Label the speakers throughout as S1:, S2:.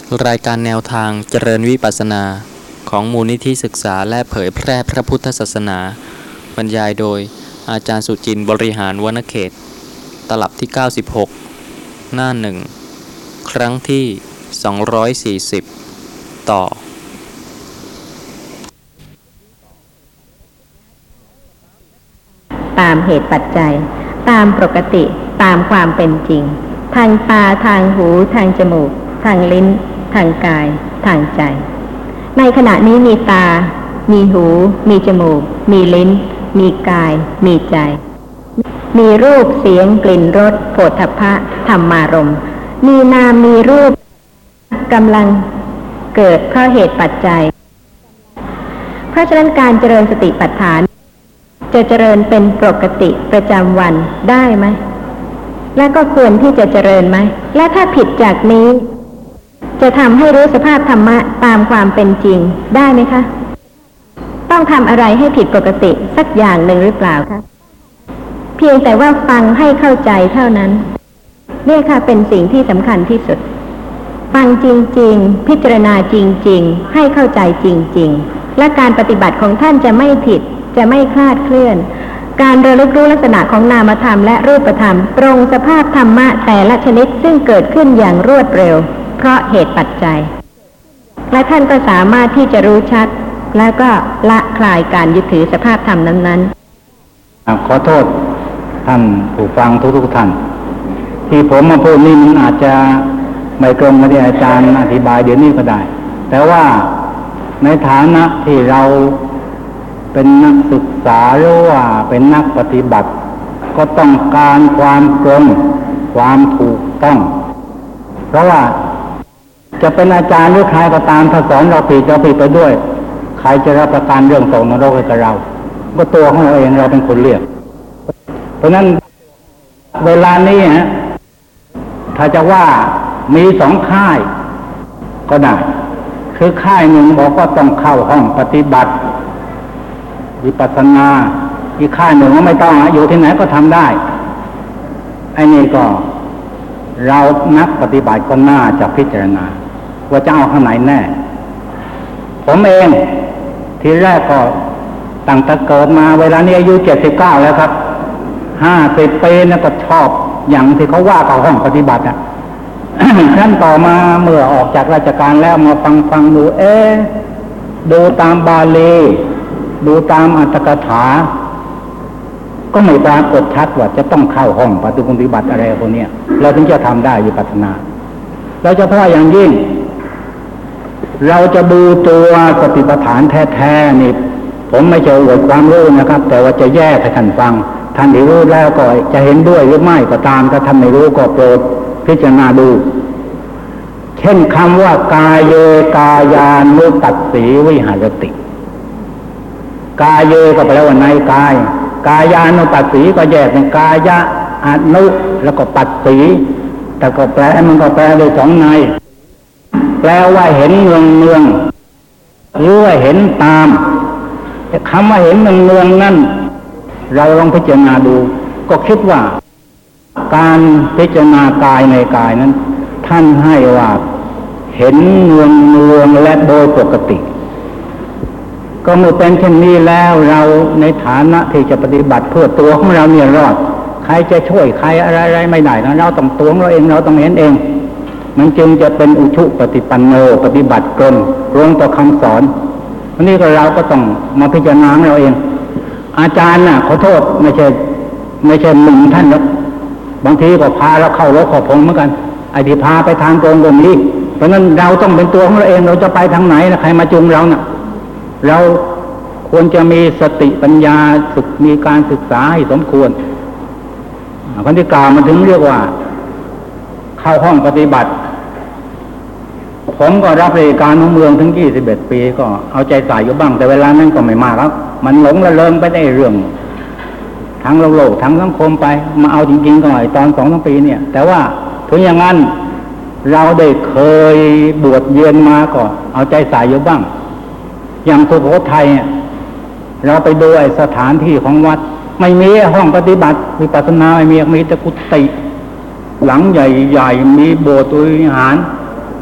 S1: รายการแนวทางเจริญวิปัสสนาของมูลนิธิศึกษาและเผยแพร่พระพุทธศาสนาบรรยายโดยอาจารย์สุจินต์บริหารวณเขตตลับที่96หน้าหนึ่งครั้งที่240ต่อ
S2: ตามเหตุปัจจัยตามปกติตามความเป็นจริงทางตาทางหูทางจมูกทางลิ้นทางกายทางใจในขณะนี้มีตามีหูมีจมูกมีลิ้นมีกายมีใจมีรูปเสียงกลิ่นรสโผฏฐัพพะธรรมารมณ์มีนามมีรูปกำลังเกิดเพราะเหตุปัจจัยเพราะฉะนั้นการเจริญสติปัฏฐานจะเจริญเป็นปกติประจำวันได้ไหมและก็ควรที่จะเจริญไหมและถ้าผิดจากนี้จะทำให้รู้สภาพธรรมะตามความเป็นจริงได้ไหมคะต้องทำอะไรให้ผิดปกติสักอย่างหนึ่งหรือเปล่าคะเพียงแต่ว่าฟังให้เข้าใจเท่านั้นนี่ค่ะเป็นสิ่งที่สำคัญที่สุดฟังจริงๆพิจารณาจริงๆให้เข้าใจจริงๆและการปฏิบัติของท่านจะไม่ผิดจะไม่คลาดเคลื่อนการระลึกรู้ลักษณะของนามธรรมและรูปธรรมตรงสภาพธรรมะแต่ละชนิดซึ่งเกิดขึ้นอย่างรวดเร็วเพราะเหตุปัจจัยและท่านก็สามารถที่จะรู้ชัดแล้วก็ละคลายการยึดถือสภาพธรรมนั้น
S3: ขอโทษท่านผู้ฟังทุกท่านที่ผมมาพูดนี่มันอาจจะไม่ตรงกับที่อาจารย์อธิบายเดี๋ยวนี้ก็ได้แต่ว่าในฐานะที่เราเป็นนักศึกษาหรือว่าเป็นนักปฏิบัติก็ต้องการความตรงความถูกต้องเพราะว่าจะเป็นอาจารย์หรือใครก็ตามถ้าสอนเราผิดไปด้วยใครจะรับประกันเรื่องตกนรกให้กับเราก็ตัวของเราเองเราเป็นคนเลือกเพราะนั้นเวลานี้ถ้าจะว่ามีสองค่ายก็ได้คือค่ายหนึ่งบอกว่าต้องเข้าห้องปฏิบัติวิปัสสนาอีกค่ายหนึ่งก็ไม่ต้องอยู่ที่ไหนก็ทำได้ไอ้นี่ก็เรานักปฏิบัติก็น่าจะพิจารณาว่าจะเอาข้างไหนแน่ผมเองทีแรกก็ตั้งแต่เกิดมาเวลานี้อายุ79แล้วครับ50ปีแล้วก็ชอบอย่างที่เขาว่ากับห้องปฏิบัติขั้นต่อมาเมื่อออกจากราชการแล้วมาฟังดูดูตามบาลีดูตามอัตถกถาก็ไม่ปรากฏชัดว่าจะต้องเข้าห้องปฏิบัติอะไรพวกนี้เราถึงจะทำได้วิปัสสนาเราจะเฉพาะอย่างยิ่งเราจะดูตัวสติปัฏฐานแท้ๆนี่ผมไม่จะอวดความรู้นะครับแต่ว่าจะแยกให้ท่านฟังท่านที่รู้แล้วก็จะเห็นด้วยหรือไม่ก็ตามถ้าท่านไม่รู้ก็โปรดพิจารณาดูเช่นคำว่ากายเยกายานุตัสสีวิหารติกายเยก็แปลว่าในกายกายานุปัสสีก็แยกเป็นกายะอนุแล้วก็ปัสสีแต่ก็แปลมันก็แปลโดยสองในแปลว่าเห็นเนืองหรือว่าเห็นตามแต่คำว่าเห็นเนืองนั่นเราลองพิจารณาดูก็คิดว่าการพิจารณากายในกายนั้นท่านให้ว่าเห็นเนืองและโดยปกติก็เมื่อเป็นเช่นนี้แล้วเราในฐานะที่จะปฏิบัติเพื่อตัวของเราเนี่ยรอดใครจะช่วยใครอะไรไม่ได้นะเราต้องตัวเราเองเราต้องเห็นเองมันจึงจะเป็นอุชุปฏิปันโนปฏิบัติตรงต่อคำสอนอันนี้ก็เราก็ต้องมาพิจารณาเราเองอาจารย์น่ะขอโทษไม่ใช่หนึ่งท่านหรอกบางทีก็พาเราเข้ารถขอพงเหมือนกันไอ้ที่พาไปทางตรงตรงนี้เพราะนั้นเราต้องเป็นตัวของเราเองเราจะไปทางไหนนะใครมาจูงเราน่ะเราควรจะมีสติปัญญามีการศึกษาให้สมควรคนที่กล่าวมันถึงเรียกว่าเข้าห้องปฏิบัติผมก็รับราชการของเมืองถึง21ปีก็เอาใจใส่อยู่บ้างแต่เวลานั้นก็ไม่มากแล้วมันหลงระเริงไปในเรื่องทั้งโลกทั้งสังคมไปมาเอาจริงๆก็หน่อยตอน2-3 ปีเนี่ยแต่ว่าถึงอย่างนั้นเราได้เคยบวชเรียนมาก็เอาใจใส่อยู่บ้างอย่างสุโขทัยเราไปดูไอ้สถานที่ของวัดไม่มีห้องปฏิบัติวิปัสสนาไม่มีแต่กุฏิหลังใหญ่ๆมีโบสถ์วิหาร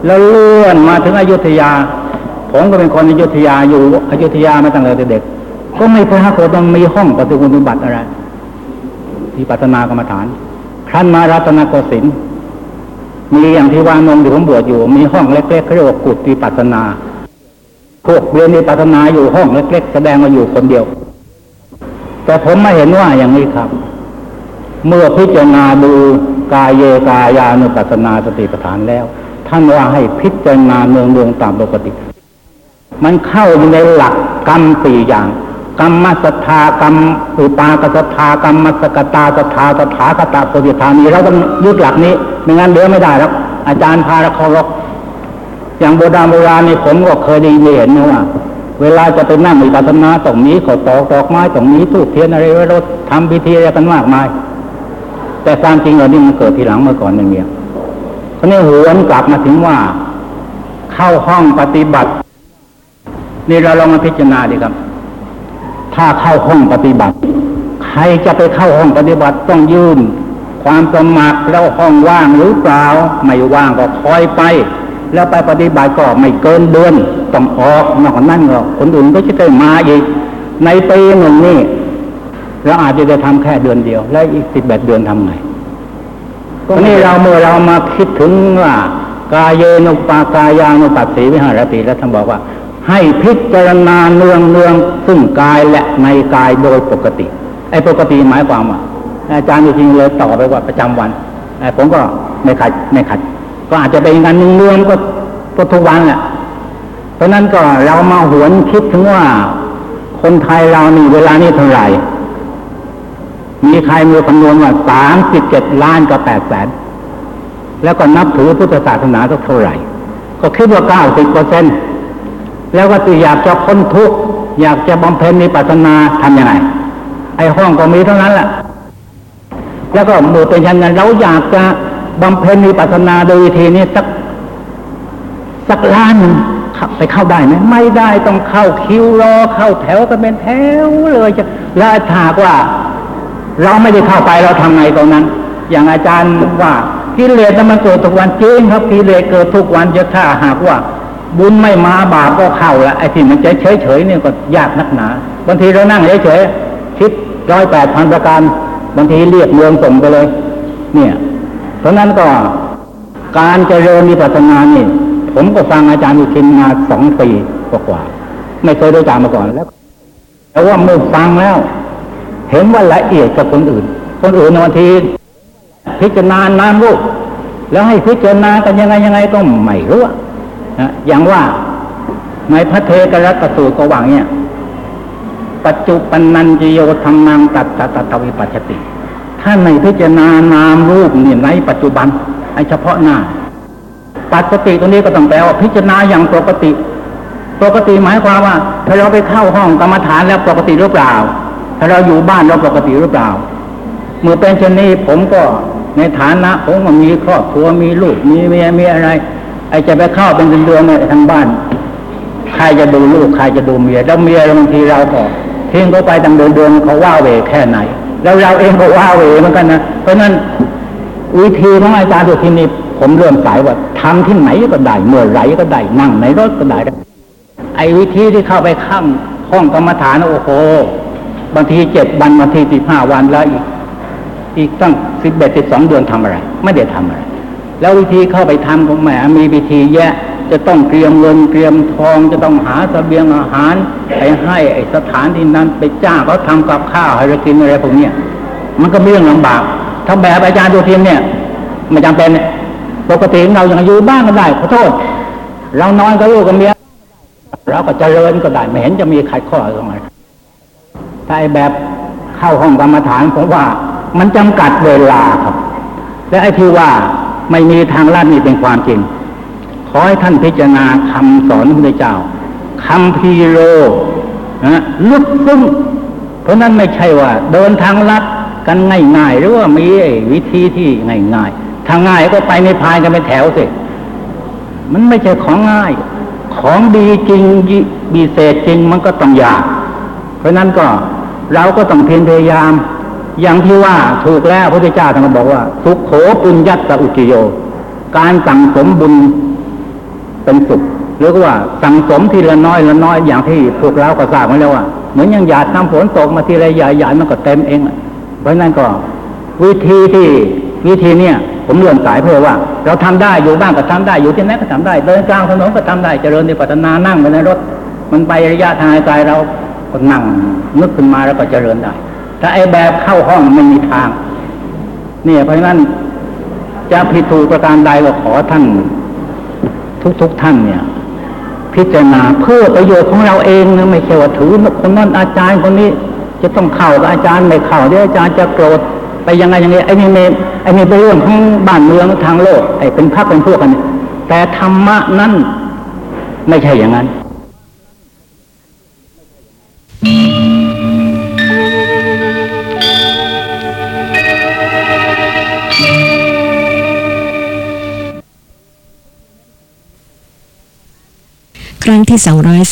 S3: แล้วเลื่อนมาถึงอยุธยาผมก็เป็นคนอยุธยาอยู่อยุธยามาตั้งแต่เด็กก็ไม่เคยหาคนต้องมีห้องปฏิบัติอะไรที่ปัตนากรรมฐานครั้นมารัตนโกสินทร์มีอย่างที่วานงที่ผมบวชอยู่มีห้องเล็กๆเขาเรียกว่ากุฏิปัสนาพวกเรียนในปัสนาอยู่ห้องเล็กๆแสดงว่าอยู่คนเดียวแต่ผมมาเห็นว่าอย่างนี้ครับเมื่อพิจารณาดูกายเยกายานุปัสสนาสติปัฏฐานแล้วท่านว่าให้พิจารณาเนืองๆตามปกติมันเข้าอยู่ในหลักกรรม4อย่างกรรมศรัทธากรรมอุปากศรัทธากรรมสกตาศรัทธาสถาคตาปฏิฐานีเราต้องยึดหลักนี้ไม่งั้นเดี๋ยวไม่ได้ครับอาจารย์พาเราเคารพอย่างโบราณนี่ผมก็เคยได้เห็นนะว่าเวลาจะไปนั่งวิปัสสนาตรงนี้ขอตอกดอกไม้ตรงนี้ธูปเทียนอะไรไว้รถทำพิธีอะไรกันมากมายแต่ความจริงเรานี่มันเกิดทีหลังเมื่อก่อนอย่างเงี้ยเพราะนี่หวนกลับมาถึงว่าเข้าห้องปฏิบัตินี่เราลองมาพิจารณาดีครับถ้าเข้าห้องปฏิบัติใครจะไปเข้าห้องปฏิบัติต้องยื่นความสมัครแล้วห้องว่างหรือเปล่าไม่ว่างก็คอยไปแล้วไปปฏิบัติก็ไม่เกินเดือนต้องออกนอกนั้นก็คนอื่นก็จะได้มาอีกในปีหนึ่งนี่เราอาจจะได้ทำแค่เดือนเดียวและอีก11 เดือนทำไงก็นี่เราเมื่อเรามาคิดถึงว่ากายเยนุปากายานุปัสสีวิหารติแล้วท่านบอกว่าให้พิจารณาเนืองซึ่งกายและในกายโดยปกติไอ้ปกติหมายความว่าอาจารย์จริงๆเลยต่อไปว่าประจำวันผมก็ไม่ขัดก็อาจจะเป็นงานเนืองก็ทุกวันแหละเพราะนั้นก็เรามาหวนคิดถึงว่าคนไทยเรานี่เวลานี้เท่าไหร่มีใครมีคำนวณว่า37 ล้านกับ8 แสนแล้วก็นับถือพุทธศาสนาสักเท่าไหร่ก็คิดว่า 90%แล้วก็อยากจะพ้นทุกข์อยากจะบำเพ็ญวิปัสสนาทำยังไงไอ้ห้องก็มีเท่านั้นแหละแล้วก็เมื่อเป็นอย่างนั้นเราอยากจะบำเพ็ญวิปัสสนาโดยวิธีนี้สักล้านไปเข้าได้ไหมไม่ได้ต้องเข้าคิวรอเข้าแถวกันเป็นแถวเลยจะแล้วถ้าว่าเราไม่ได้เข้าไปเราทำไงตรงนั้นอย่างอาจารย์ว่ากิเลสมันเกิดทุกวันจริงครับกิเลสเกิดทุกวันจะถ้าหากว่าบุญไม่มาบาปก็เข้าละไอ้ที่มันเฉยเนี่ยก็ยากนักหนาบางทีเรานั่งเฉยๆคิด108,000 ประการบางทีเรียกเมืองส่งไปเลยเนี่ยเพราะนั้นก็การเจริญวิปัสสนานี่ผมก็ฟังอาจารย์อยู่กินมา2 ปีกว่าไม่เคยได้จำมาก่อนแล้วแต่ว่าเมื่อฟังแล้วเห็นว่าละเอียดกับคนอื่นบางทีพิจารณานามรูปแล้วให้พิจารณากันยังไงก็ไม่รู้นะอย่างว่าในพระเทกรัตสูตรก็ว่าอย่างเงี้ยปัจจุปันนัญจโยธรรมังตัตวิปัสสติถ้าในพิจารณานามรูปนี่ในปัจจุบันไอ้เฉพาะหน้าปัจจุตรงนี้ก็ต้องแปลว่าพิจารณาอย่างปกติหมายความว่าถ้าเราไปเข้าห้องกรรมฐานแล้วปกติหรือเปล่าถ้าเราอยู่บ้านเราปกติหรือเปล่าเมื่อเป็นเช่นนี้ผมก็ในฐานะผมก็มีครอบครัวมีลูกมีเมียมีอะไรไอ้จะไปเข้าเป็นเดือนเนี่ยทางบ้านใครจะดูลูกใครจะดูเมียแล้วเมียบางทีเราก็ทิ้งเขาไปตั้งเดือนเขาว่าเวแค่ไหนแล้วเราเองก็ว่าเวเหมือนกันนะเพราะนั้นวิธีของอาจารย์ที่นี่ผมเริ่มสายว่าทำที่ไหนก็ได้เมื่อไหร่ก็ได้นั่งในรถก็ได้ไอ้วิธีที่เข้าไปข้างห้องกรรมฐานโอ้โหบางที7 วันบางที15 วันแล้วอีกตั้ง11-12 เดือนทำอะไรไม่ได้ทำอะไรแล้ววิธีเข้าไปทำของแหมมีวิธีแยะจะต้องเตรียมเงินเตรียมทองจะต้องหาเสบียงอาหารไปให้ไอ้สถานที่นั้นไปจ้างเขาทำกับข้าวให้เรากินอะไรพวกนี้มันก็เรื่องลำบากถ้าแบบอาจารย์ดูทีมเนี่ยไม่จำเป็นปกติเราอย่างอยู่บ้านก็ได้ขอโทษเรานอนกับลูกกับเมียเราก็เจริญก็ได้ไม่เห็นจะมีขัดข้อตรงไหนถ้าไอ้แบบเข้าห้องกรรมฐานผมว่ามันจำกัดเวลาครับและไอ้ที่ว่าไม่มีทางลัดนี่เป็นความจริงขอให้ท่านพิจารณาคำสอนของพระเจ้าคัมภีโรลึกซึ้งเพราะนั้นไม่ใช่ว่าเดินทางลัดกันง่ายๆหรือว่ามีวิธีที่ง่ายๆทางง่ายก็ไปในพายกันเป็นแถวสิมันไม่ใช่ของง่ายของดีจริงดีเศษจริงมันก็ต้องยากเพราะนั้นก็เราก็ต้องเพียรพยายามอย่างที่ว่าถูกแล้วพระพุทธเจ้าท่านบอกว่าสุขโขปุญญัสสะอุจโยการสั่งสมบุญเป็นสุขหรือว่าสั่งสมทีละน้อยละน้อยอย่างที่พวกเราก็ทราบมาแล้วว่าเหมือนอย่างหยาดน้ำฝนตกมาทีละหยาดมันก็เต็มเองเพราะนั้นก็วิธีเนี่ยผมเลื่อนสายเพื่อว่าเราทำได้อยู่บ้านก็ทำได้อยู่ที่ไหนก็ทำได้เดินกลางถนนก็ทำได้เจริญในปัตนานั่งไปในรถมันไประยะทางไกลเราก็นั่งนึกขึ้นมาแล้วก็เจริญได้ถ้าไอ้แบบเข้าห้องไม่มีทางเนี่ยเพราะฉะนั้นจะผิดถูกประการใดก็ขอท่านทุกท่านเนี่ยพิจารณาเพื่อประโยชน์ของเราเองนะไม่ใช่ว่าถือคนนั้นอาจารย์คนนี้จะต้องเข้ากับอาจารย์ไม่เข้าเดี๋ยวอาจารย์จะโกรธไปยังไงไอ้นี่เป็นเรื่องของบ้านเมืองทางโลกไอ้เป็นพรรคเป็นพวกกันแต่ธรรมะนั้นไม่ใช่อย่างนั้น
S4: ครั้งที่241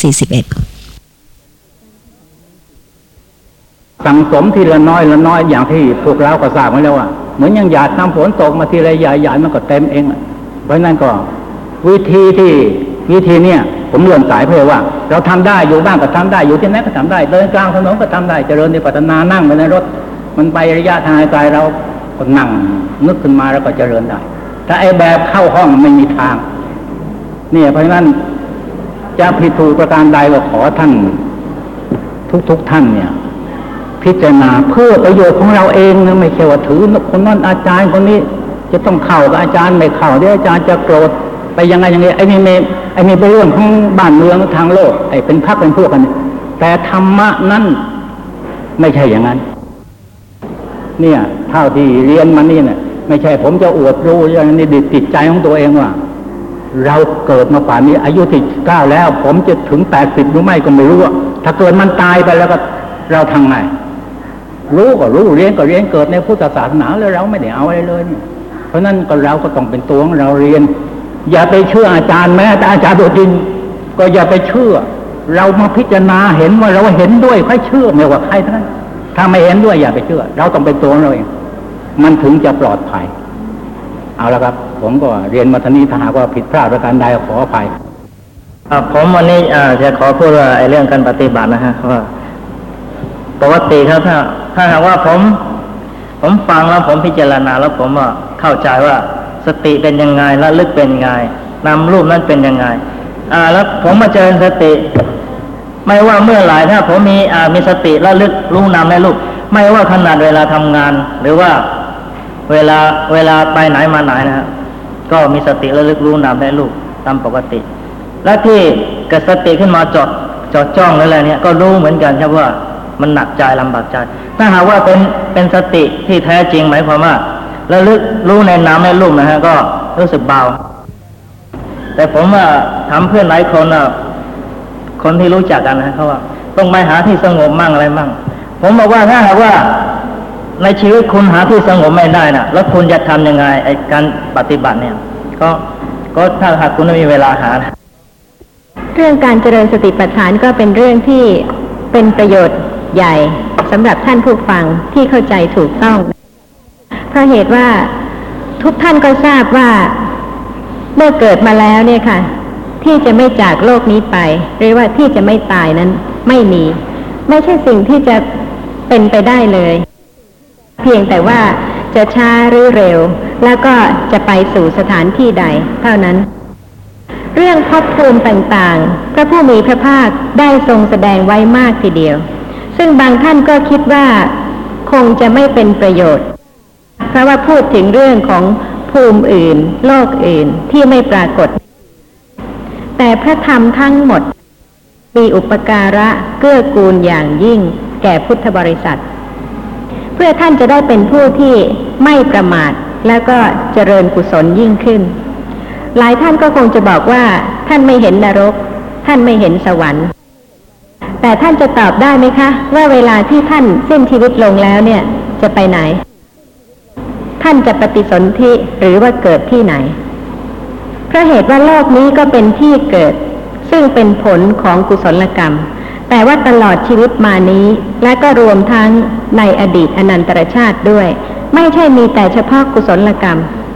S3: สั่งสมทีละน้อยละน้อยอย่างที่พวกเราก็ทราบมาแล้วว่าเหมือนอย่างหยาดน้ำฝนตกมาทีละหยาดมันก็เต็มเองเพราะนั้นก็วิธีเนี่ยผมเลื่อนสายเพื่อว่าเราทำได้อยู่บ้านก็ทำได้อยู่ที่ไหนก็ทำได้เดินกลางถนนก็ทำได้เจริญในปัตนานั่งไปในรถมันไประยะทางไกลเราก็นั่งนึกขึ้นมาแล้วก็เจริญได้ถ้าไอ้แบบเข้าห้องไม่มีทางเนี่ยเพราะฉะนั้นจะผิดถูกประการใดก็ขอท่านทุกท่านเนี่ยพิจารณาเพื่อประโยชน์ของเราเองนะไม่ใช่ว่าถือคนนั้นอาจารย์คนนี้จะต้องเข้ากับอาจารย์ไม่เข้าเดี๋ยวอาจารย์จะโกรธไปยังไงไอ้นี่เป็นเรื่องของบ้านเมืองทางโลกไอ้เป็นพรรคเป็นพวกกันแต่ธรรมะนั้นไม่ใช่อย่างนั้นเนี่ยเท่าที่เรียนมานี่เนี่ยไม่ใช่ผมจะอวดรู้อย่างนี้ติดใจของตัวเองว่าเราเกิดมาป่านนี้อายุที่9แล้วผมจะถึง80หรือไม่ก็ไม่รู้ถ้าเกิดมันตายไปแล้วก็เราทำไงรู้ก็รู้เรียนก็เรียนเกิดในพุทธศาสนาแล้วเราไม่ได้เอาอะไรเลยเพราะนั้นก็เราก็ต้องเป็นตัวของเราเรียนอย่าไปเชื่ออาจารย์แม้แต่อาจารย์ตัวจริงก็อย่าไปเชื่อเรามาพิจารณาเห็นว่าเราเห็นด้วยค่อยเชื่อไม่ว่าใครทั้งนั้นถ้าไม่เห็นด้วยอย่าไปเชื่อเราต้องเป็นตัวของเราเองมันถึงจะปลอดภัยเอาละครับผมก็เรียนมาทนี้ถ้าหากว่าผิดพลาดประการใดขออภัย
S5: ผมวันนี้จะขอพูดว่าไอ้เรื่องการปฏิบัตินะฮะว่าปกติครับถ้าหากว่าผมฟังแล้วผมพิจารณาแล้วผมว่าเข้าใจว่าสติเป็นยังไงระลึกเป็นยังไงนามรูปนั้นเป็นยังไงแล้วผมมาเจริญสติไม่ว่าเมื่อไหร่ถ้าผมมีสติระลึกรู้นามและรูปไม่ว่าขนาดเวลาทำงานหรือว่าเวลาไปไหนมาไหนนะฮะก็มีสติระลึกรู้นามและรูปตามปกติและที่เกิดสติขึ้นมาจดจ้องอะไรเนี่ยก็รู้เหมือนกันครับว่ามันหนักใจลำบากใจถ้าหากว่าเป็นสติที่แท้จริงหมายความว่าระลึกรู้ในนามและรูปนะฮะก็รู้สึกเบาแต่ผมว่าถามเพื่อนหลายคนคนที่รู้จักกันนะเขาว่าต้องไปหาที่สงบมั่งอะไรมั่งผมบอกว่าถ้าหากว่าในชีวิตคุณหาที่สงบไม่ได้นะแล้วคุณจะทำยังไงไอ้การปฏิบัติเนี่ยก็ถ้าหากคุณไม่มีเวลาหา
S2: เรื่องการเจริญสติปัฏฐานก็เป็นเรื่องที่เป็นประโยชน์ใหญ่สำหรับท่านผู้ฟังที่เข้าใจถูกต้องเพราะเหตุว่าทุกท่านก็ทราบว่าเมื่อเกิดมาแล้วเนี่ยค่ะที่จะไม่จากโลกนี้ไปหรือว่าที่จะไม่ตายนั้นไม่ใช่สิ่งที่จะเป็นไปได้เลยเพียงแต่ว่าจะช้าหรือเร็วแล้วก็จะไปสู่สถานที่ใดเท่านั้นเรื่องภพภูมิต่างๆพระผู้มีพระภาคได้ทรงแสดงไว้มากทีเดียวซึ่งบางท่านก็คิดว่าคงจะไม่เป็นประโยชน์เพราะว่าพูดถึงเรื่องของภูมิอื่นโลกอื่นที่ไม่ปรากฏแต่พระธรรมทั้งหมดมีอุปการะเกื้อกูลอย่างยิ่งแก่พุทธบริษัทเพื่อท่านจะได้เป็นผู้ที่ไม่ประมาทแล้วก็เจริญกุศลยิ่งขึ้นหลายท่านก็คงจะบอกว่าท่านไม่เห็นนรกท่านไม่เห็นสวรรค์แต่ท่านจะตอบได้ไหมคะว่าเวลาที่ท่านสิ้นชีวิตลงแล้วเนี่ยจะไปไหนท่านจะปฏิสนธิหรือว่าเกิดที่ไหนเพราะเหตุว่าโลกนี้ก็เป็นที่เกิดซึ่งเป็นผลของกุศลกรรมแต่ว่าตลอดชีวิตมานี้และก็รวมทั้งในอดีตอนันตรชาติด้วยไม่ใช่มีแต่เฉพาะกุศลกรรม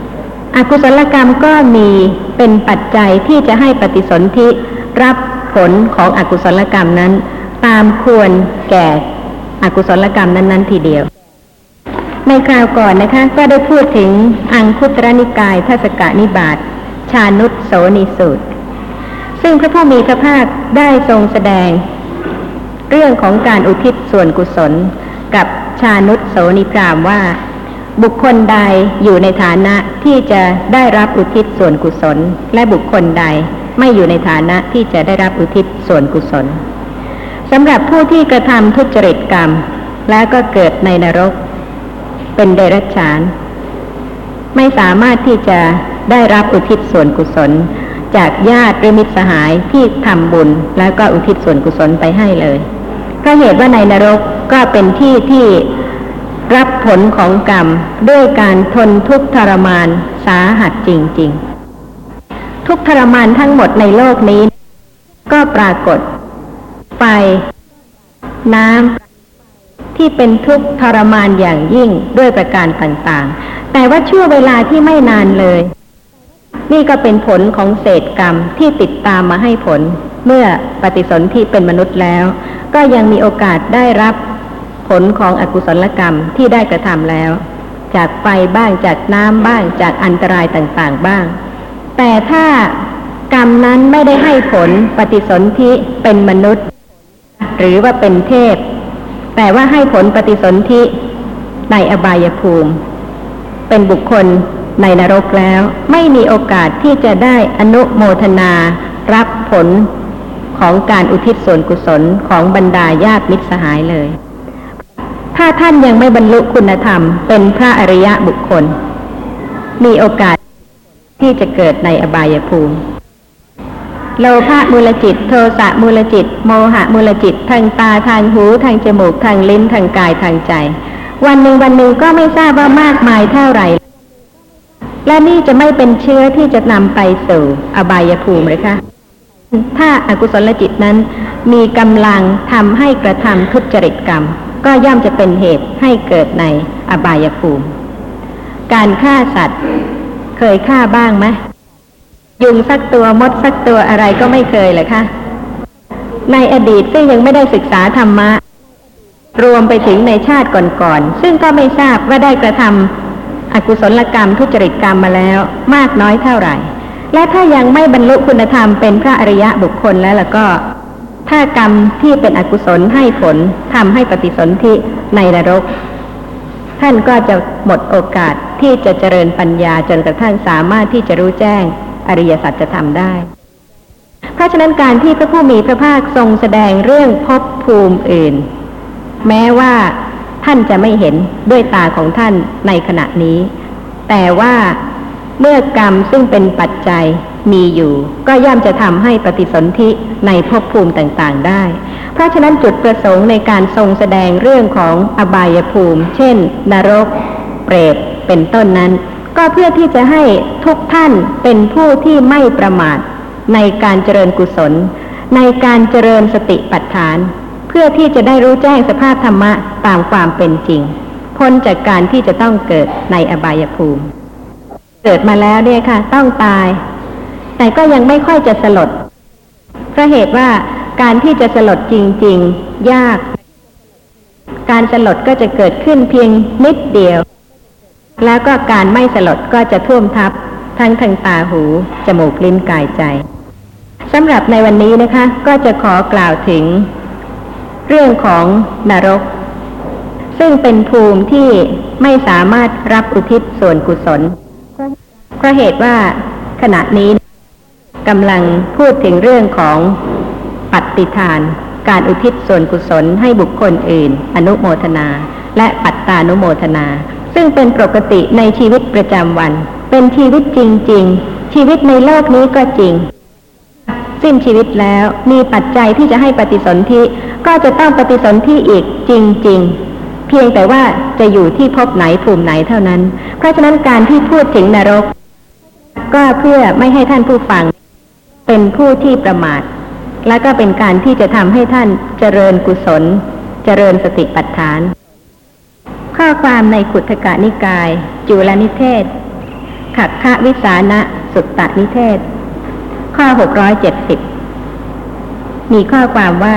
S2: อกุศลกรรมก็มีเป็นปัจจัยที่จะให้ปฏิสนธิรับผลของอกุศลกรรมนั้นตามควรแก่อกุศลกรรมนั้นๆทีเดียวในคราวก่อนนะคะก็ได้พูดถึงอังคุตรนิกายทัสกนิบาตชานุตโสนิสูตรซึ่งพระผู้มีพระภาคได้ทรงแสดงเรื่องของการอุทิศส่วนกุศลกับชานุตโสนิพรามว่าบุคคลใดอยู่ในฐานะที่จะได้รับอุทิศส่วนกุศลและบุคคลใดไม่อยู่ในฐานะที่จะได้รับอุทิศส่วนกุศลสำหรับผู้ที่กระทำทุจริตกรรมแล้วก็เกิดในนรกเป็นเดรัจฉานไม่สามารถที่จะได้รับอุทิศส่วนกุศลจากญาติหรือมิตรสหายที่ทำบุญแล้วก็อุทิศส่วนกุศลไปให้เลยเพราะเหตุว่าในนรกก็เป็นที่ที่รับผลของกรรมด้วยการทนทุกข์ทรมานสาหัสจริงๆทุกข์ทรมานทั้งหมดในโลกนี้ก็ปรากฏไฟน้ำที่เป็นทุกข์ทรมานอย่างยิ่งด้วยประการต่างๆแต่ว่าชั่วเวลาที่ไม่นานเลยนี่ก็เป็นผลของเศษกรรมที่ติดตามมาให้ผลเมื่อปฏิสนธิเป็นมนุษย์แล้วก็ยังมีโอกาสได้รับผลของอกุศลกรรมที่ได้กระทำแล้วจากไฟบ้างจากน้ำบ้างจากอันตรายต่างๆบ้างแต่ถ้ากรรมนั้นไม่ได้ให้ผลปฏิสนธิเป็นมนุษย์หรือว่าเป็นเทพแต่ว่าให้ผลปฏิสนธิในอบายภูมิเป็นบุคคลในนรกแล้วไม่มีโอกาสที่จะได้อนุโมทนารับผลของการอุทิศส่วนกุศลของบรรดาญาติมิตรสหายเลยถ้าท่านยังไม่บรรลุคุณธรรมเป็นพระอริยะบุคคลมีโอกาสที่จะเกิดในอบายภูมิโลภะมูลจิตโทสะมูลจิตโมหะมูลจิตทางตาทางหูทางจมูกทางลิ้นทางกายทางใจวันหนึ่งก็ไม่ทราบว่ามากมายเท่าไหร่และนี่จะไม่เป็นเชื้อที่จะนำไปสู่อบายภูมิหรือคะถ้าอกุศลจิตนั้นมีกำลังทำให้กระทำทุจริตกรรมก็ย่อมจะเป็นเหตุให้เกิดในอบายภูมิการฆ่าสัตว์เคยฆ่าบ้างไหมยุงสักตัวมดสักตัวอะไรก็ไม่เคยเลยค่ะในอดีตซึ่งยังไม่ได้ศึกษาธรรมะรวมไปถึงในชาติก่อนๆซึ่งก็ไม่ทราบว่าได้กระทำอกุศลกรรมทุจริตกรรมมาแล้วมากน้อยเท่าไหร่และถ้ายังไม่บรรลุคุณธรรมเป็นพระอริยะบุคคลแล้วก็ถ้ากรรมที่เป็นอกุศลให้ผลทำให้ปฏิสนธิในนรกท่านก็จะหมดโอกาสที่จะเจริญปัญญาจนกระทั่งสามารถที่จะรู้แจ้งอริยสัจธรรมได้เพราะฉะนั้นการที่พระผู้มีพระภาคทรงแสดงเรื่องภพภูมิอื่นแม้ว่าท่านจะไม่เห็นด้วยตาของท่านในขณะนี้แต่ว่าเมื่อกรรมซึ่งเป็นปัจจัยมีอยู่ก็ย่อมจะทำให้ปฏิสนธิในภพภูมิต่างๆได้เพราะฉะนั้นจุดประสงค์ในการทรงแสดงเรื่องของอบายภูมิเช่นนรกเปรตเป็นต้นนั้นก็เพื่อที่จะให้ทุกท่านเป็นผู้ที่ไม่ประมาทในการเจริญกุศลในการเจริญสติปัฏฐานเพื่อที่จะได้รู้แจ้งสภาพธรรมะตามความเป็นจริงพ้นจากการที่จะต้องเกิดในอบายภูมิเกิดมาแล้วเนี่ยค่ะต้องตายแต่ก็ยังไม่ค่อยจะสลดเพราะเหตุว่าการที่จะสลดจริงๆยากการสลดก็จะเกิดขึ้นเพียงนิดเดียวแล้วก็การไม่สลดก็จะท่วมทับทั้งทางตาหูจมูกลิ้นกายใจสำหรับในวันนี้นะคะก็จะขอกล่าวถึงเรื่องของนรกซึ่งเป็นภูมิที่ไม่สามารถรับอุทิศส่วนกุศลเพราะเหตุว่าขณะนี้กำลังพูดถึงเรื่องของปัตติทานการอุทิศส่วนกุศลให้บุคคลอื่นอนุโมทนาและปัตตานุโมทนาซึ่งเป็นปกติในชีวิตประจำวันเป็นชีวิตจริงๆชีวิตในโลกนี้ก็จริงสิ้นชีวิตแล้วมีปัจจัยที่จะให้ปฏิสนธิก็จะต้องปฏิสนธิอีกจริงๆเพียงแต่ว่าจะอยู่ที่ภพไหนภูมิไหนเท่านั้นเพราะฉะนั้นการที่พูดถึงนรกก็เพื่อไม่ให้ท่านผู้ฟังเป็นผู้ที่ประมาทและก็เป็นการที่จะทำให้ท่านเจริญกุศลเจริญสติปัฏฐานข้อความในขุททกนิกายจุลนิเทศขัคคะวิสานะสุตตนิเทศข้อ670มีข้อความว่า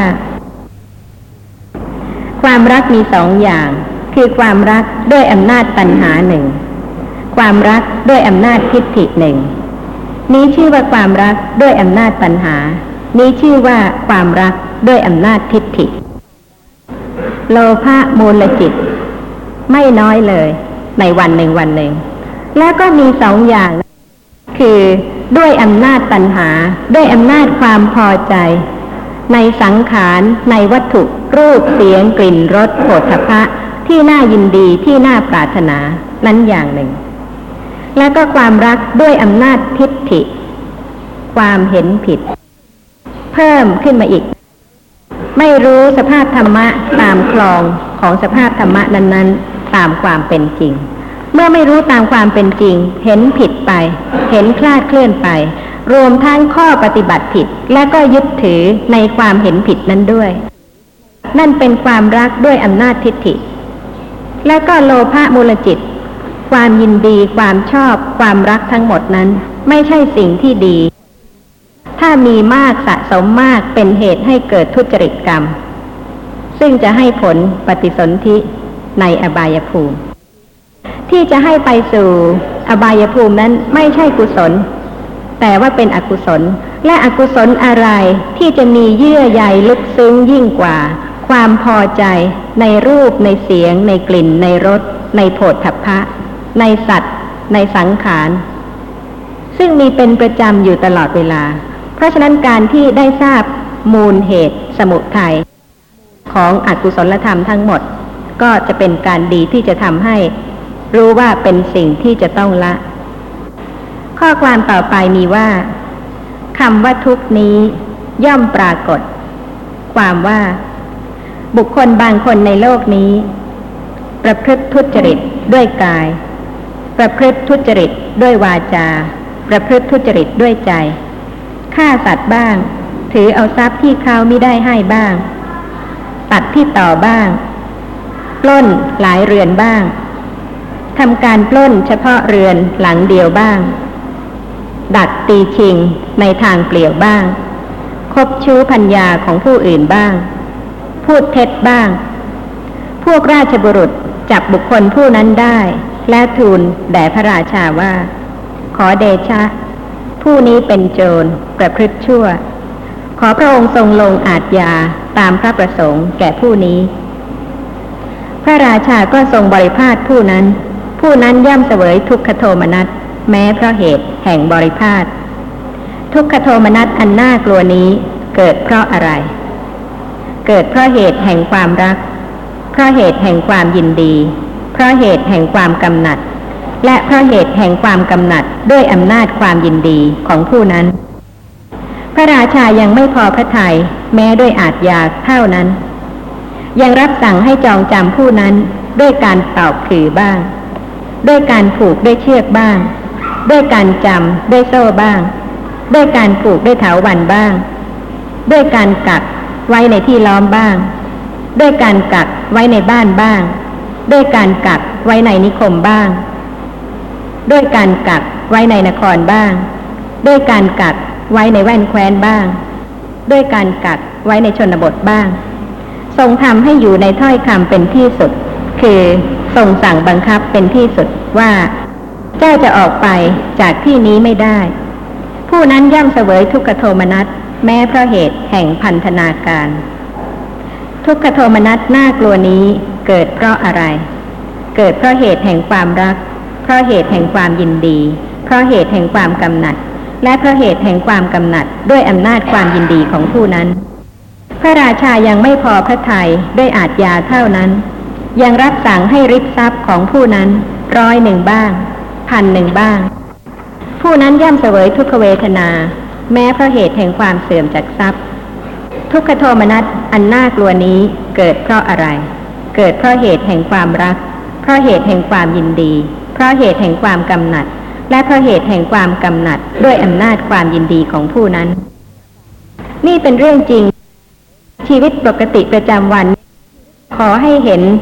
S2: ความรักมีสองอย่างคือความรักด้วยอำนาจตัณหาหนึ่งความรักด้วยอำนาจทิฏฐิหนึ่งนี้ชื่อว่าความรักด้วยอำนาจตัณหานี้ชื่อว่าความรักด้วยอำนาจทิฏฐิโลภะมูลจิตไม่น้อยเลยในวันหนึ่งแล้วก็มีสองอย่างคือด้วยอำนาจตัณหาด้วยอำนาจความพอใจในสังขารในวัตถุรูปเสียงกลิ่นรสโผฏฐัพพะที่น่ายินดีที่น่าปรารถนานั้นอย่างหนึ่งแล้วก็ความรักด้วยอำนาจทิฏฐิความเห็นผิดเพิ่มขึ้นมาอีกไม่รู้สภาพธรรมะตามคลองของสภาพธรรมะนั้นๆตามความเป็นจริงเมื่อไม่รู้ตามความเป็นจริงเห็นผิดไปเห็นคลาดเคลื่อนไปรวมทั้งข้อปฏิบัติผิดและก็ยึดถือในความเห็นผิดนั้นด้วยนั่นเป็นความรักด้วยอำนาจทิฏฐิและก็โลภะมูลจิตความยินดีความชอบความรักทั้งหมดนั้นไม่ใช่สิ่งที่ดีถ้ามีมากสะสมมากเป็นเหตุให้เกิดทุจริตกรรมซึ่งจะให้ผลปฏิสนธิในอบายภูมิที่จะให้ไปสู่อบายภูมินั้นไม่ใช่กุศลแต่ว่าเป็นอกุศลและอกุศลอะไรที่จะมีเยื่อใยลึกซึ้งยิ่งกว่าความพอใจในรูปในเสียงในกลิ่นในรสในโผฏฐัพพะในสัตว์ในสังขารซึ่งมีเป็นประจำอยู่ตลอดเวลาเพราะฉะนั้นการที่ได้ทราบมูลเหตุสมุทัยของอกุศลธรรมทั้งหมดก็จะเป็นการดีที่จะทำให้รู้ว่าเป็นสิ่งที่จะต้องละข้อความต่อไปมีว่าคำว่าทุกข์นี้ย่อมปรากฏความว่าบุคคลบางคนในโลกนี้ประพฤติทุจริตด้วยกายประพฤติทุจริตด้วยวาจาประพฤติทุจริตด้วยใจฆ่าสัตว์บ้างถือเอาทรัพย์ที่เขามิได้ให้บ้างตัดที่ต่อบ้างปล้นหลายเรือนบ้างทำการปล้นเฉพาะเรือนหลังเดียวบ้างดักตีชิงในทางเปลี่ยวบ้างคบชู้ภรรยาของผู้อื่นบ้างพูดเท็จบ้างพวกราชบุรุษจับบุคคลผู้นั้นได้และทูลแด่พระราชาว่าขอเดชะผู้นี้เป็นโจรประพฤติชั่วขอพระองค์ทรงลงอาญาตามพระประสงค์แก่ผู้นี้พระราชาก็ทรงบริพาทผู้นั้นย่อมเสวยทุกขโทมนัสแม้เพราะเหตุแห่งบริพาททุกขโทมนัสอันน่ากลัวนี้เกิดเพราะอะไรเกิดเพราะเหตุแห่งความรักเพราะเหตุแห่งความยินดีเพราะเหตุแห่งความกำหนัดและเพราะเหตุแห่งความกำหนัดด้วยอำนาจความยินดีของผู้นั้นพระราชายังไม่พอพระทัยแม้ด้วยอาทยาเท่านั้นยังรับสั่งให้จองจำผู้นั้นด้วยการตอกขือบ้างด้วยการผูกด้วยเชือกบ้างด้วยการจำด้วยโซ่บ้างด้วยการผูกด้วยเถาวัลย์บ้างด้วยการกักไว้ในที่ล้อมบ้างด้วยการกักไว้ในบ้านบ้างด้วยการกักไว้ในนิคมบ้างด้วยการกักไว้ในนครบ้างด้วยการกักไว้ในแว่นแคว้นบ้างด้วยการกักไว้ในชนบทบ้างทรงทำให้อยู่ในถ้อยคำเป็นที่สุดคือทรงสั่งบังคับเป็นที่สุดว่าเจ้าจะออกไปจากที่นี้ไม่ได้ผู้นั้นย่อมเสวยทุกขโทมนัสแม้เพราะเหตุแห่งพันธนาการทุกขโทมนัสน่ากลัวนี้เกิดเพราะอะไรเกิดเพราะเหตุแห่งความรักเพราะเหตุแห่งความยินดีเพราะเหตุแห่งความกำหนัดและเพราะเหตุแห่งความกำหนัดด้วยอำนาจความยินดีของผู้นั้นพระราชายังไม่พอพระทัยด้วยอาทยาเท่านั้นยังรับสั่งให้ริบทรัพย์ของผู้นั้น100บ้าง1,000บ้างผู้นั้นย่อมเสวยทุกขเวทนาแม้เพราะเหตุแห่งความเสื่อมจากทรัพย์ทุกขโทมนัสอันน่ากลัวนี้เกิดเพราะอะไรเกิดเพราะเหตุแห่งความรักเพราะเหตุแห่งความยินดีเพราะเหตุแห่งความกำหนัดและเพราะเหตุแห่งความกำหนัดด้วยอำนาจความยินดีของผู้นั้นนี่เป็นเรื่องจริงชีวิตปกติประจำวันขอให้เห็น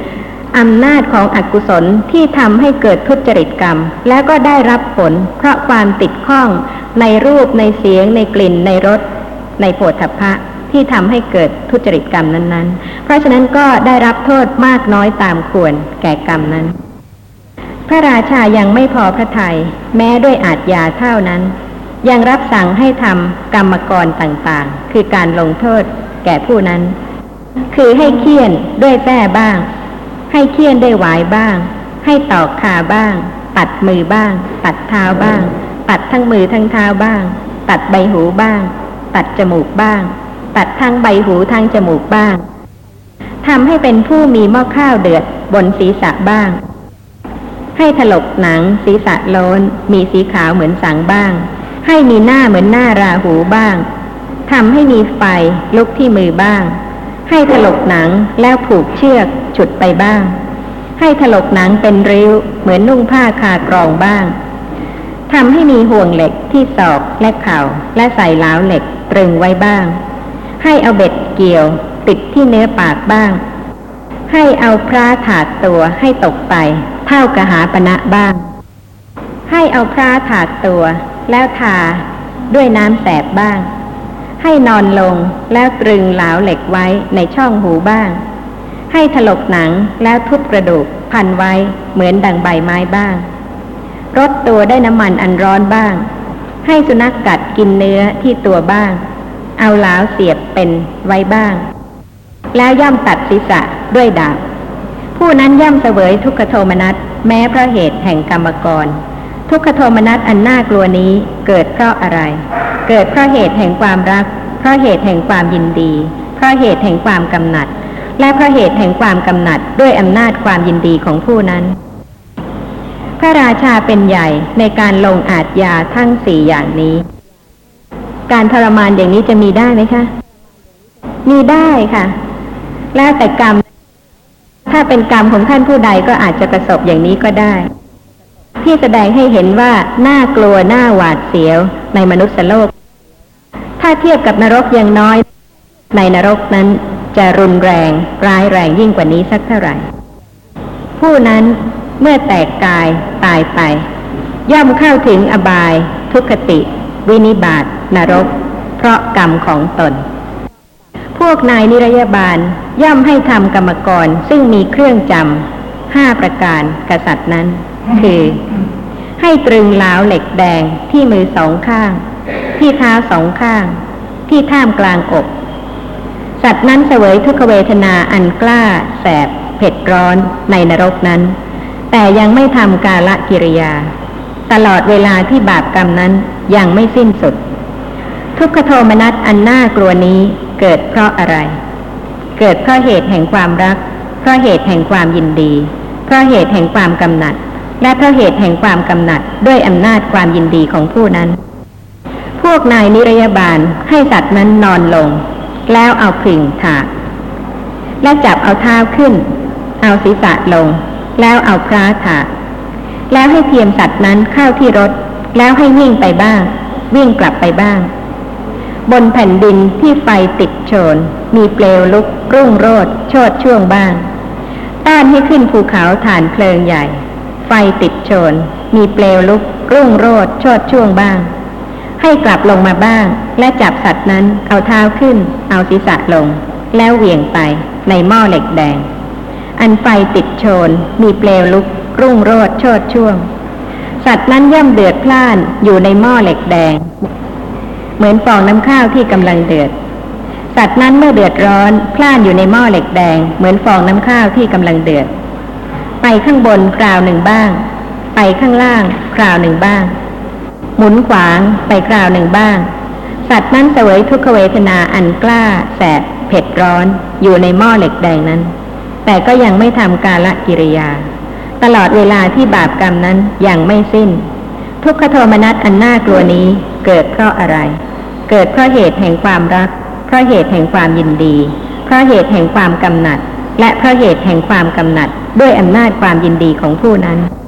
S2: อำนาจของอกุศลที่ทำให้เกิดทุจริตกรรมแล้วก็ได้รับผลเพราะความติดข้องในรูปในเสียงในกลิ่นในรสในโผฏฐัพพะที่ทำให้เกิดทุจริตกรรมนั้นๆเพราะฉะนั้นก็ได้รับโทษมากน้อยตามควรแก่กรรมนั้นพระราชายังไม่พอพระทัยแม้ด้วยอาทยาเท่านั้นยังรับสั่งให้ทำกรรมกรต่างๆคือการลงโทษแก่ผู้นั้นคือให้เฆี่ยนด้วยแส้บ้างให้เฆี่ยนด้วยหวายบ้างให้ตอกคาบ้างตัดมือบ้างตัดเท้าบ้างตัดทั้งมือทั้งเท้าบ้างตัดใบหูบ้างตัดจมูกบ้างตัดทั้งใบหูทั้งจมูกบ้างทำให้เป็นผู้มีหม้อข้าวเดือดบนศีรษะบ้างให้ถลกหนังศีรษะโล้นมีสีขาวเหมือนสังบ้างให้มีหน้าเหมือนหน้าราหูบ้างทำให้มีไฟลุกที่มือบ้างให้ถลกหนังแล้วผูกเชือกฉุดไปบ้างให้ถลกหนังเป็นริ้วเหมือนนุ่งผ้าคากรองบ้างทำให้มีห่วงเหล็กที่ศอกและเข่าและใส่ล้าวเหล็กตรึงไว้บ้างให้เอาเบ็ดเกี่ยวติดที่เนื้อปากบ้างให้เอาพระถากตัวให้ตกไปเท่ากหาปณะบ้างให้เอาพระถากตัวแล้วทาด้วยน้ำแสบบ้างให้นอนลงแล้วตรึงล้าวเหล็กไว้ในช่องหูบ้างให้ถลกหนังแล้วทุบกระดูกพันไว้เหมือนดังใบไม้บ้างรดตัวได้น้ำมันอันร้อนบ้างให้สุนัขกัดกินเนื้อที่ตัวบ้างเอาล้าวเสียบเป็นไว้บ้างแล้วย่ำตัดศีรษะด้วยดาบผู้นั้นย่ำเสวยทุกขโทมนัสแม้เพราะเหตุแห่งกรรมกรทุกขโทมนัสอันน่ากลัวนี้เกิดเพราะอะไรเกิดเพราะเหตุแห่งความรักเพราะเหตุแห่งความยินดีเพราะเหตุแห่งความกำหนัดและเพราะเหตุแห่งความกำหนัดด้วยอำนาจความยินดีของผู้นั้นพระราชาเป็นใหญ่ในการลงอาทยาทั้ง4อย่างนี้การทรมานอย่างนี้จะมีได้ไหมคะมีได้ค่ะแล้วแต่กรรมถ้าเป็นกรรมของท่านผู้ใดก็อาจจะประสบอย่างนี้ก็ได้ที่แสดงให้เห็นว่าน่ากลัวน่าหวาดเสียวในมนุษย์โลกถ้าเทียบกับนรกยังน้อยในนรกนั้นจะรุนแรงร้ายแรงยิ่งกว่านี้สักเท่าไหร่ผู้นั้นเมื่อแตกกายตายไปย่อมเข้าถึงอบายทุกขติวินิบาตนรกเพราะกรรมของตนพวกนายนิรยาบาลย่อมให้ทำกรรมกรซึ่งมีเครื่องจำ5ประการกษัตริย์นั้นคือให้ตรึงล้าวเหล็กแดงที่มือ2ข้างที่เท้า2ข้างที่ท่ามกลางอกสัตว์นั้นเสวยทุกขเวทนาอันกล้าแสบเผ็ดร้อนในนรกนั้นแต่ยังไม่ทำกาลกิริยาตลอดเวลาที่บาปกรรมนั้นยังไม่สิ้นสุดทุกขโทมนัสอันน่ากลัวนี้เกิดเพราะอะไรเกิดเพราะเหตุแห่งความรักเพราะเหตุแห่งความยินดีเพราะเหตุแห่งความกำหนัดและเพราะเหตุแห่งความกำหนัดด้วยอำนาจความยินดีของผู้นั้นพวกนายนิรยาบาลให้สัตว์นั้นนอนลงแล้วเอาผึ่งถากและจับเอาเท้าขึ้นเอาศีรษะลงแล้วเอาพระถากแล้วให้เทียมสัตว์นั้นเข้าที่รถแล้วให้วิ่งไปบ้างวิ่งกลับไปบ้างบนแผ่นดินที่ไฟติดโชนมีเปลวลุกรุ่งโรจน์โชติช่วงบ้างต้านให้ขึ้นภูเขาถ่านเพลิงใหญ่ไฟติดโชนมีเปลวลุกรุ่งโรจน์โชติช่วงบ้างให้กลับลงมาบ้างและจับสัตว์นั้นเอาเท้าขึ้นเอาศีรษะลงแล้วเหวี่ยงไปในหม้อเหล็กแดงอันไฟติดโชนมีเปลวลุกรุ่งโรจน์โชติช่วงสัตว์นั้นย่อมเดือดพล่านอยู่ในหม้อเหล็กแดงเหมือนฟองน้ำข้าวที่กำลังเดือดสัตว์นั้นเมื่อเดือดร้อนพล่านอยู่ในหม้อเหล็กแดงเหมือนฟองน้ำข้าวที่กำลังเดือดไปข้างบนคราวหนึ่งบ้างไปข้างล่างคราวหนึ่งบ้างหมุนขวางไปคราวหนึ่งบ้างสัตว์นั้นเสวยทุกขเวทนาอันกล้าแสบเผ็ดร้อนอยู่ในหม้อเหล็กแดงนั้นแต่ก็ยังไม่ทำกาลกิริยาตลอดเวลาที่บาปกรรมนั้นยังไม่สิ้นทุกขโทมนัสอันน่ากลัวนี้เกิดเพราะอะไรเกิดเพราะเหตุแห่งความรักเพราะเหตุแห่งความยินดีเพราะเหตุแห่งความกำหนัดและเพราะเหตุแห่งความกำหนัดด้วยอำนาจความยินดีของผู้นั้น